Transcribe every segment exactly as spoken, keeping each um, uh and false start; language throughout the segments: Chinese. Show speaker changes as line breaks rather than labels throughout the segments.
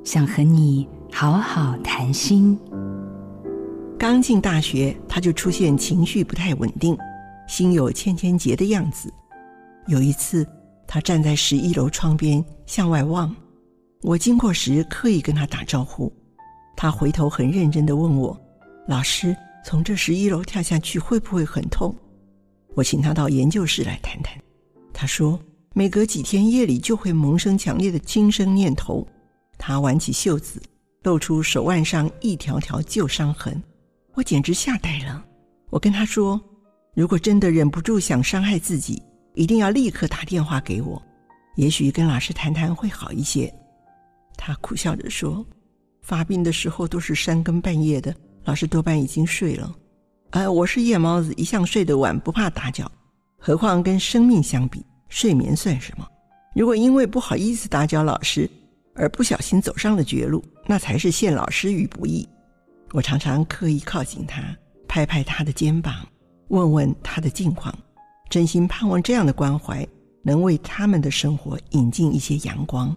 想和你好好谈心。
刚进大学，他就出现情绪不太稳定，心有千千结的样子。有一次，他站在十一楼窗边向外望，我经过时刻意跟他打招呼，他回头很认真地问我：老师，从这十一楼跳下去会不会很痛？我请他到研究室来谈谈。他说每隔几天夜里就会萌生强烈的轻生念头。他挽起袖子，露出手腕上一条条旧伤痕，我简直吓呆了。我跟他说，如果真的忍不住想伤害自己，一定要立刻打电话给我，也许跟老师谈谈会好一些。他苦笑着说，发病的时候都是三更半夜的，老师多半已经睡了。呃，我是夜猫子，一向睡得晚，不怕打搅，何况跟生命相比，睡眠算什么？如果因为不好意思打搅老师而不小心走上了绝路，那才是陷老师于不义。我常常刻意靠近他，拍拍他的肩膀，问问他的近况，真心盼望这样的关怀能为他们的生活引进一些阳光。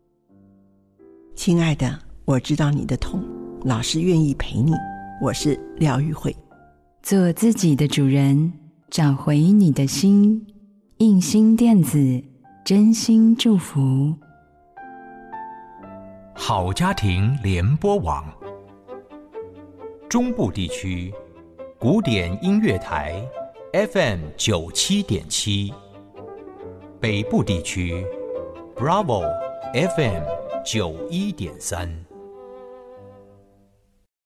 亲爱的，我知道你的痛，老师愿意陪你。我是廖玉慧。
做自己的主人，找回你的心。印心电子，真心祝福。
好家庭联播网，中部地区古典音乐台 F M 九七点七，北部地区 Bravo F M 九一点三。